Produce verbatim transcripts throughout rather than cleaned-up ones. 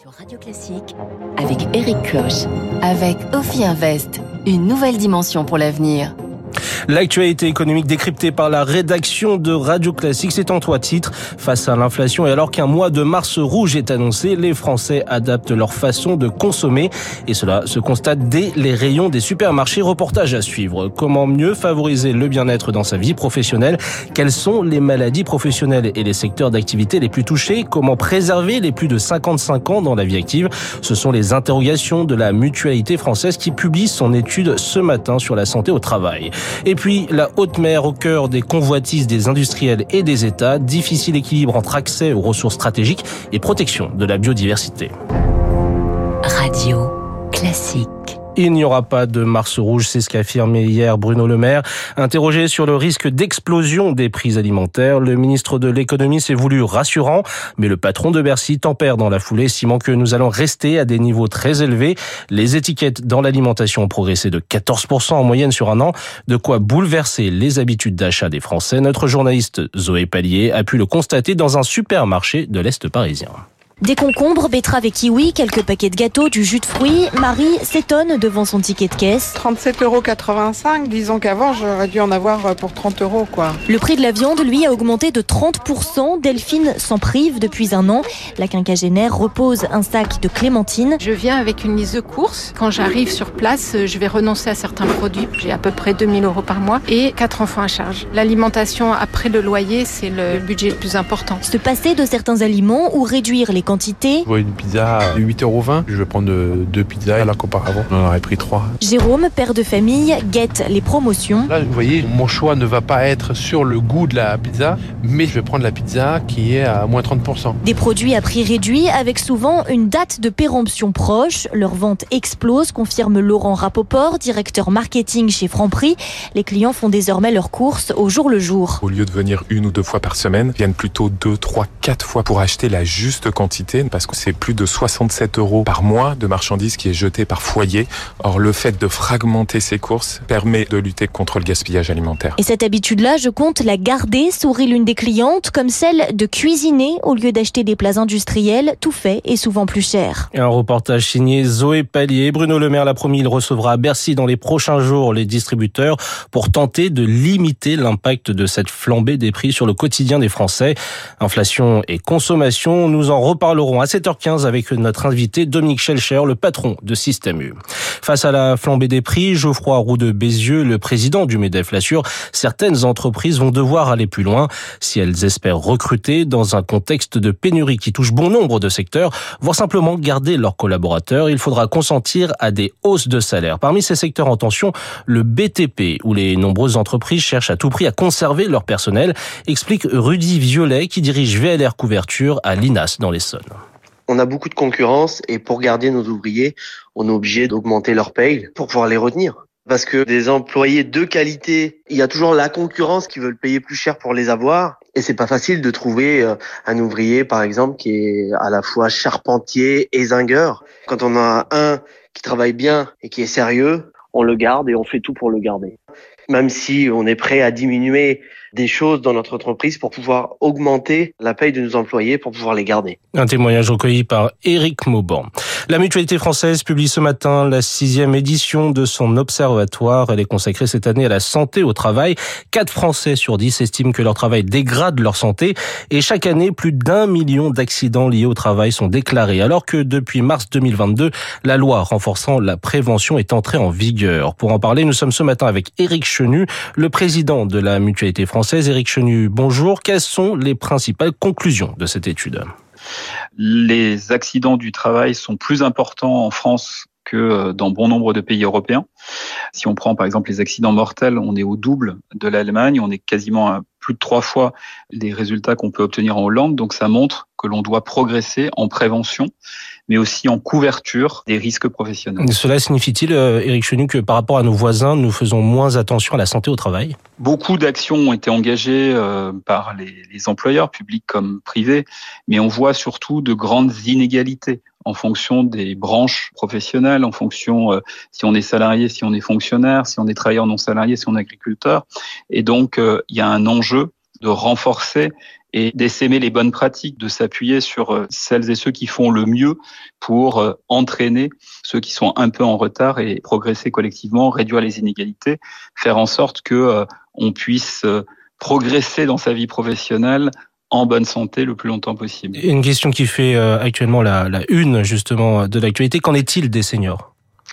Sur Radio Classique, avec Éric Cloche, avec Ophi Invest, une nouvelle dimension pour l'avenir. L'actualité économique décryptée par la rédaction de Radio Classique, c'est en trois titres. Face à l'inflation et alors qu'un mois de mars rouge est annoncé, les Français adaptent leur façon de consommer et cela se constate dès les rayons des supermarchés. Reportage à suivre. Comment mieux favoriser le bien-être dans sa vie professionnelle? Quelles sont les maladies professionnelles et les secteurs d'activité les plus touchés? Comment préserver les plus de cinquante-cinq ans dans la vie active? Ce sont les interrogations de la Mutualité française qui publie son étude ce matin sur la santé au travail. Et puis, la haute mer au cœur des convoitises des industriels et des États. Difficile équilibre entre accès aux ressources stratégiques et protection de la biodiversité. Radio Classique. Il n'y aura pas de mars rouge, c'est ce qu'a affirmé hier Bruno Le Maire. Interrogé sur le risque d'explosion des prix alimentaires, le ministre de l'économie s'est voulu rassurant, mais le patron de Bercy tempère dans la foulée, estimant que nous allons rester à des niveaux très élevés. Les étiquettes dans l'alimentation ont progressé de quatorze pour cent en moyenne sur un an, de quoi bouleverser les habitudes d'achat des Français. Notre journaliste Zoé Pallier a pu le constater dans un supermarché de l'Est parisien. Des concombres, betteraves et kiwis, quelques paquets de gâteaux, du jus de fruits. Marie s'étonne devant son ticket de caisse. trente-sept euros quatre-vingt-cinq, disons qu'avant j'aurais dû en avoir pour trente euros quoi. Le prix de la viande, lui, a augmenté de trente pour cent. Delphine s'en prive depuis un an. La quinquagénaire repose un sac de clémentines. Je viens avec une liste de courses. Quand j'arrive sur place, je vais renoncer à certains produits. J'ai à peu près deux mille euros par mois et quatre enfants à charge. L'alimentation après le loyer, c'est le budget le plus important. Se passer de certains aliments ou réduire les quantités. Je vois une pizza à huit euros vingt. Je vais prendre deux pizzas alors qu'auparavant, on en aurait pris trois. Jérôme, père de famille, guette les promotions. Là, vous voyez, mon choix ne va pas être sur le goût de la pizza, mais je vais prendre la pizza qui est à moins trente pour cent. Des produits à prix réduit avec souvent une date de péremption proche. Leur vente explose, confirme Laurent Rapoport, directeur marketing chez Franprix. Les clients font désormais leurs courses au jour le jour. Au lieu de venir une ou deux fois par semaine, viennent plutôt deux, trois, quatre fois pour acheter la juste quantité, parce que c'est plus de soixante-sept euros par mois de marchandises qui est jeté par foyer. Or, le fait de fragmenter ces courses permet de lutter contre le gaspillage alimentaire. Et cette habitude-là, je compte la garder, sourit l'une des clientes, comme celle de cuisiner au lieu d'acheter des plats industriels, tout fait et souvent plus cher. Un reportage signé Zoé Pallier. Bruno Le Maire l'a promis, il recevra à Bercy dans les prochains jours les distributeurs pour tenter de limiter l'impact de cette flambée des prix sur le quotidien des Français. Inflation et consommation, nous en reparlerons à sept heures quinze avec notre invité Dominique Schelcher, le patron de Système U. Face à la flambée des prix, Geoffroy Roux de Bézieux, le président du MEDEF, l'assure, certaines entreprises vont devoir aller plus loin si elles espèrent recruter dans un contexte de pénurie qui touche bon nombre de secteurs, voire simplement garder leurs collaborateurs. Il faudra consentir à des hausses de salaire. Parmi ces secteurs en tension, le B T P, où les nombreuses entreprises cherchent à tout prix à conserver leur personnel, explique Rudy Violet, qui dirige V L R Couverture à l'I N A S dans l'Essonne. On a beaucoup de concurrence et pour garder nos ouvriers, on est obligé d'augmenter leur paye pour pouvoir les retenir. Parce que des employés de qualité, il y a toujours la concurrence qui veut payer plus cher pour les avoir. Et c'est pas facile de trouver un ouvrier, par exemple, qui est à la fois charpentier et zingueur. Quand on a un qui travaille bien et qui est sérieux, on le garde et on fait tout pour le garder. Même si on est prêt à diminuer des choses dans notre entreprise pour pouvoir augmenter la paye de nos employés pour pouvoir les garder. Un témoignage recueilli par Éric Mauban. La Mutualité française publie ce matin la sixième édition de son observatoire. Elle est consacrée cette année à la santé au travail. Quatre Français sur dix estiment que leur travail dégrade leur santé et chaque année, plus d'un million d'accidents liés au travail sont déclarés. Alors que depuis mars deux mille vingt-deux, la loi renforçant la prévention est entrée en vigueur. Pour en parler, nous sommes ce matin avec Éric Chenu, le président de la Mutualité française. Éric Chenu, bonjour. Quelles sont les principales conclusions de cette étude ? Les accidents du travail sont plus importants en France que dans bon nombre de pays européens. Si on prend par exemple les accidents mortels, on est au double de l'Allemagne, on est quasiment à plus de trois fois les résultats qu'on peut obtenir en Hollande. Donc ça montre que l'on doit progresser en prévention, mais aussi en couverture des risques professionnels. Cela signifie-t-il, Éric Chenu, que par rapport à nos voisins, nous faisons moins attention à la santé au travail ? Beaucoup d'actions ont été engagées euh, par les, les employeurs, publics comme privés, mais on voit surtout de grandes inégalités en fonction des branches professionnelles, en fonction euh, si on est salarié, si on est fonctionnaire, si on est travailleur non salarié, si on est agriculteur. Et donc, euh, il y a un enjeu, de renforcer et d'essaimer les bonnes pratiques, de s'appuyer sur celles et ceux qui font le mieux pour entraîner ceux qui sont un peu en retard et progresser collectivement, réduire les inégalités, faire en sorte que on puisse progresser dans sa vie professionnelle en bonne santé le plus longtemps possible. Une question qui fait actuellement la, la une justement de l'actualité, qu'en est-il des seniors ?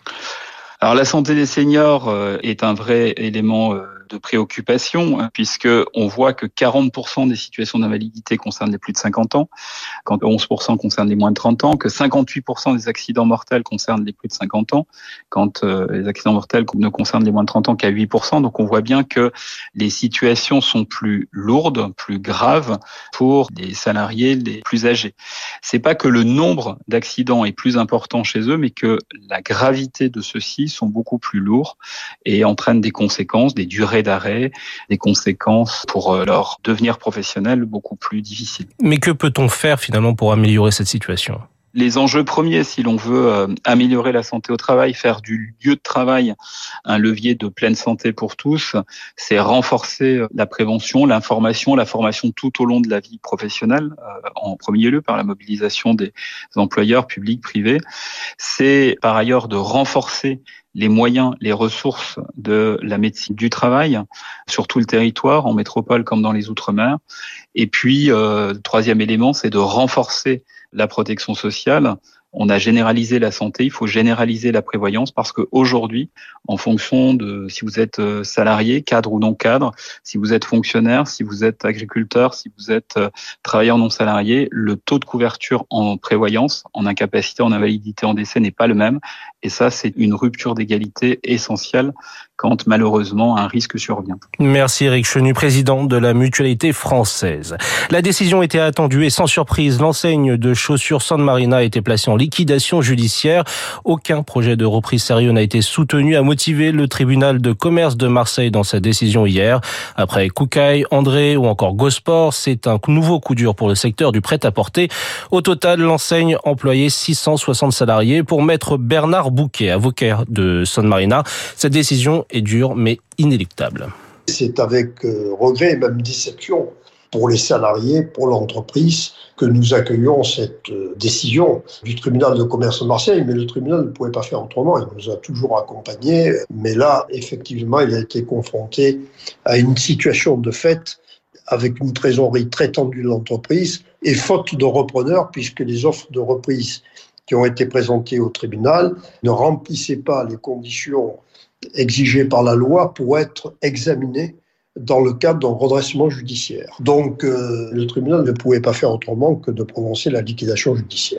Alors la santé des seniors est un vrai élément de préoccupation, puisque on voit que quarante pour cent des situations d'invalidité concernent les plus de cinquante ans, quand onze pour cent concernent les moins de trente ans, que cinquante-huit pour cent des accidents mortels concernent les plus de cinquante ans, quand euh, les accidents mortels ne concernent les moins de trente ans qu'à huit pour cent. Donc on voit bien que les situations sont plus lourdes, plus graves pour les salariés les plus âgés. C'est pas que le nombre d'accidents est plus important chez eux, mais que la gravité de ceux-ci sont beaucoup plus lourds et entraînent des conséquences, des durées d'arrêt, des conséquences pour leur devenir professionnel beaucoup plus difficiles. Mais que peut-on faire finalement pour améliorer cette situation ? Les enjeux premiers, si l'on veut euh, améliorer la santé au travail, faire du lieu de travail un levier de pleine santé pour tous, c'est renforcer la prévention, l'information, la formation tout au long de la vie professionnelle, euh, en premier lieu par la mobilisation des employeurs publics, privés. C'est par ailleurs de renforcer les moyens, les ressources de la médecine du travail sur tout le territoire, en métropole comme dans les Outre-mer. Et puis, euh, le troisième élément, c'est de renforcer la protection sociale. On a généralisé la santé, il faut généraliser la prévoyance parce qu'aujourd'hui, en fonction de si vous êtes salarié, cadre ou non cadre, si vous êtes fonctionnaire, si vous êtes agriculteur, si vous êtes travailleur non salarié, le taux de couverture en prévoyance, en incapacité, en invalidité, en décès n'est pas le même. Et ça, c'est une rupture d'égalité essentielle quand malheureusement un risque survient. Merci Éric Chenu, président de la Mutualité française. La décision était attendue et sans surprise, l'enseigne de chaussures San Marina a été placée en liquidation judiciaire. Aucun projet de reprise sérieux n'a été soutenu, a motivé le tribunal de commerce de Marseille dans sa décision hier. Après Koukaï, André ou encore Gosport, c'est un nouveau coup dur pour le secteur du prêt-à-porter. Au total, l'enseigne employait six cent soixante salariés. Pour maître Bernard Bouquet, avocat de San Marina, cette décision est dure mais inéluctable. C'est avec regret et même déception pour les salariés, pour l'entreprise, que nous accueillons cette décision du tribunal de commerce de Marseille. Mais le tribunal ne pouvait pas faire autrement, il nous a toujours accompagnés. Mais là, effectivement, il a été confronté à une situation de fait avec une trésorerie très tendue de l'entreprise et faute de repreneurs, puisque les offres de reprise qui ont été présentées au tribunal ne remplissaient pas les conditions exigées par la loi pour être examinées dans le cadre d'un redressement judiciaire. Donc, euh, le tribunal ne pouvait pas faire autrement que de prononcer la liquidation judiciaire.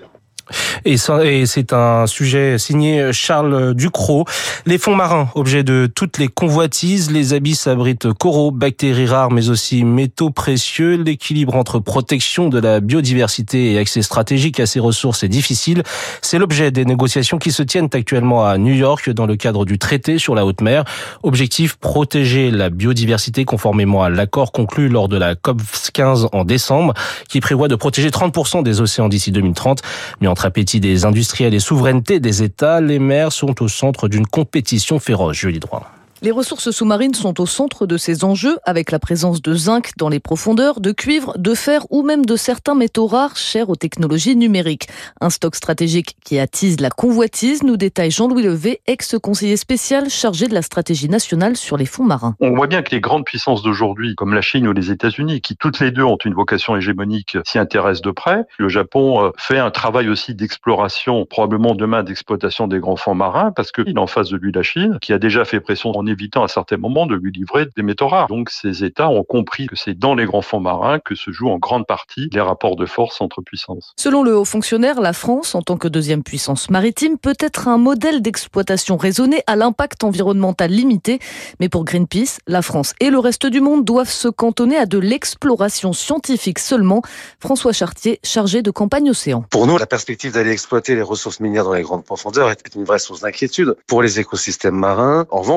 Et c'est un sujet signé Charles Ducrot. Les fonds marins, objet de toutes les convoitises, les abysses abritent coraux, bactéries rares, mais aussi métaux précieux. L'équilibre entre protection de la biodiversité et accès stratégique à ces ressources est difficile. C'est l'objet des négociations qui se tiennent actuellement à New York dans le cadre du traité sur la haute mer. Objectif, protéger la biodiversité conformément à l'accord conclu lors de la COP quinze en décembre, qui prévoit de protéger trente pour cent des océans d'ici deux mille trente. Mais entre appétit des industriels et souveraineté des États, les mers sont au centre d'une compétition féroce. Julie Droit. Les ressources sous-marines sont au centre de ces enjeux, avec la présence de zinc dans les profondeurs, de cuivre, de fer ou même de certains métaux rares chers aux technologies numériques. Un stock stratégique qui attise la convoitise, nous détaille Jean-Louis Levé, ex-conseiller spécial chargé de la stratégie nationale sur les fonds marins. On voit bien que les grandes puissances d'aujourd'hui, comme la Chine ou les États-Unis, qui toutes les deux ont une vocation hégémonique, s'y intéressent de près. Le Japon fait un travail aussi d'exploration, probablement demain d'exploitation des grands fonds marins, parce qu'il est en face de lui la Chine, qui a déjà fait pression en évitant à certains moments de lui livrer des métaux rares. Donc ces États ont compris que c'est dans les grands fonds marins que se jouent en grande partie les rapports de force entre puissances. Selon le haut fonctionnaire, la France, en tant que deuxième puissance maritime, peut être un modèle d'exploitation raisonnée à l'impact environnemental limité. Mais pour Greenpeace, la France et le reste du monde doivent se cantonner à de l'exploration scientifique seulement. François Chartier, chargé de campagne océan. Pour nous, la perspective d'aller exploiter les ressources minières dans les grandes profondeurs est une vraie source d'inquiétude pour les écosystèmes marins. En revanche, il faut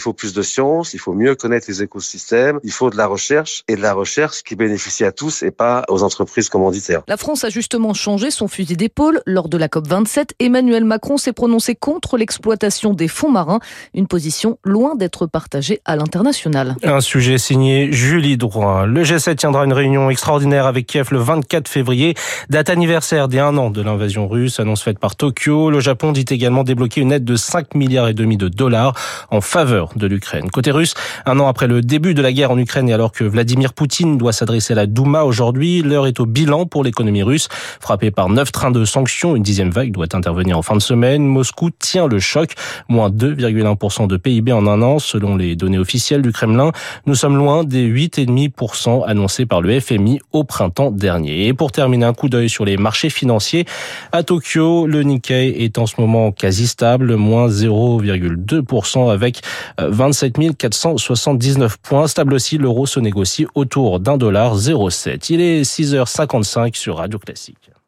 faut plus de science, il faut mieux connaître les écosystèmes, il faut de la recherche et de la recherche qui bénéficie à tous et pas aux entreprises commanditaires. La France a justement changé son fusil d'épaule. Lors de la COP vingt-sept, Emmanuel Macron s'est prononcé contre l'exploitation des fonds marins, une position loin d'être partagée à l'international. Un sujet signé Julie Drouin. Le G sept tiendra une réunion extraordinaire avec Kiev le vingt-quatre février, date anniversaire des un an de l'invasion russe, annonce faite par Tokyo. Le Japon dit également débloquer une aide de cinq milliards et demi de dollars en faveur de l'Ukraine. Côté russe, un an après le début de la guerre en Ukraine et alors que Vladimir Poutine doit s'adresser à la Douma aujourd'hui, l'heure est au bilan pour l'économie russe. Frappée par neuf trains de sanctions, une dixième vague doit intervenir en fin de semaine. Moscou tient le choc, moins deux virgule un pour cent de P I B en un an selon les données officielles du Kremlin. Nous sommes loin des huit virgule cinq pour cent annoncés par le F M I au printemps dernier. Et pour terminer, un coup d'œil sur les marchés financiers. À Tokyo, le Nikkei est en ce moment quasi stable, moins zéro virgule deux pour cent avec vingt-sept mille quatre cent soixante-dix-neuf points. Stable aussi, l'euro se négocie autour d'un dollar zéro virgule sept. Il est six heures cinquante-cinq sur Radio Classique.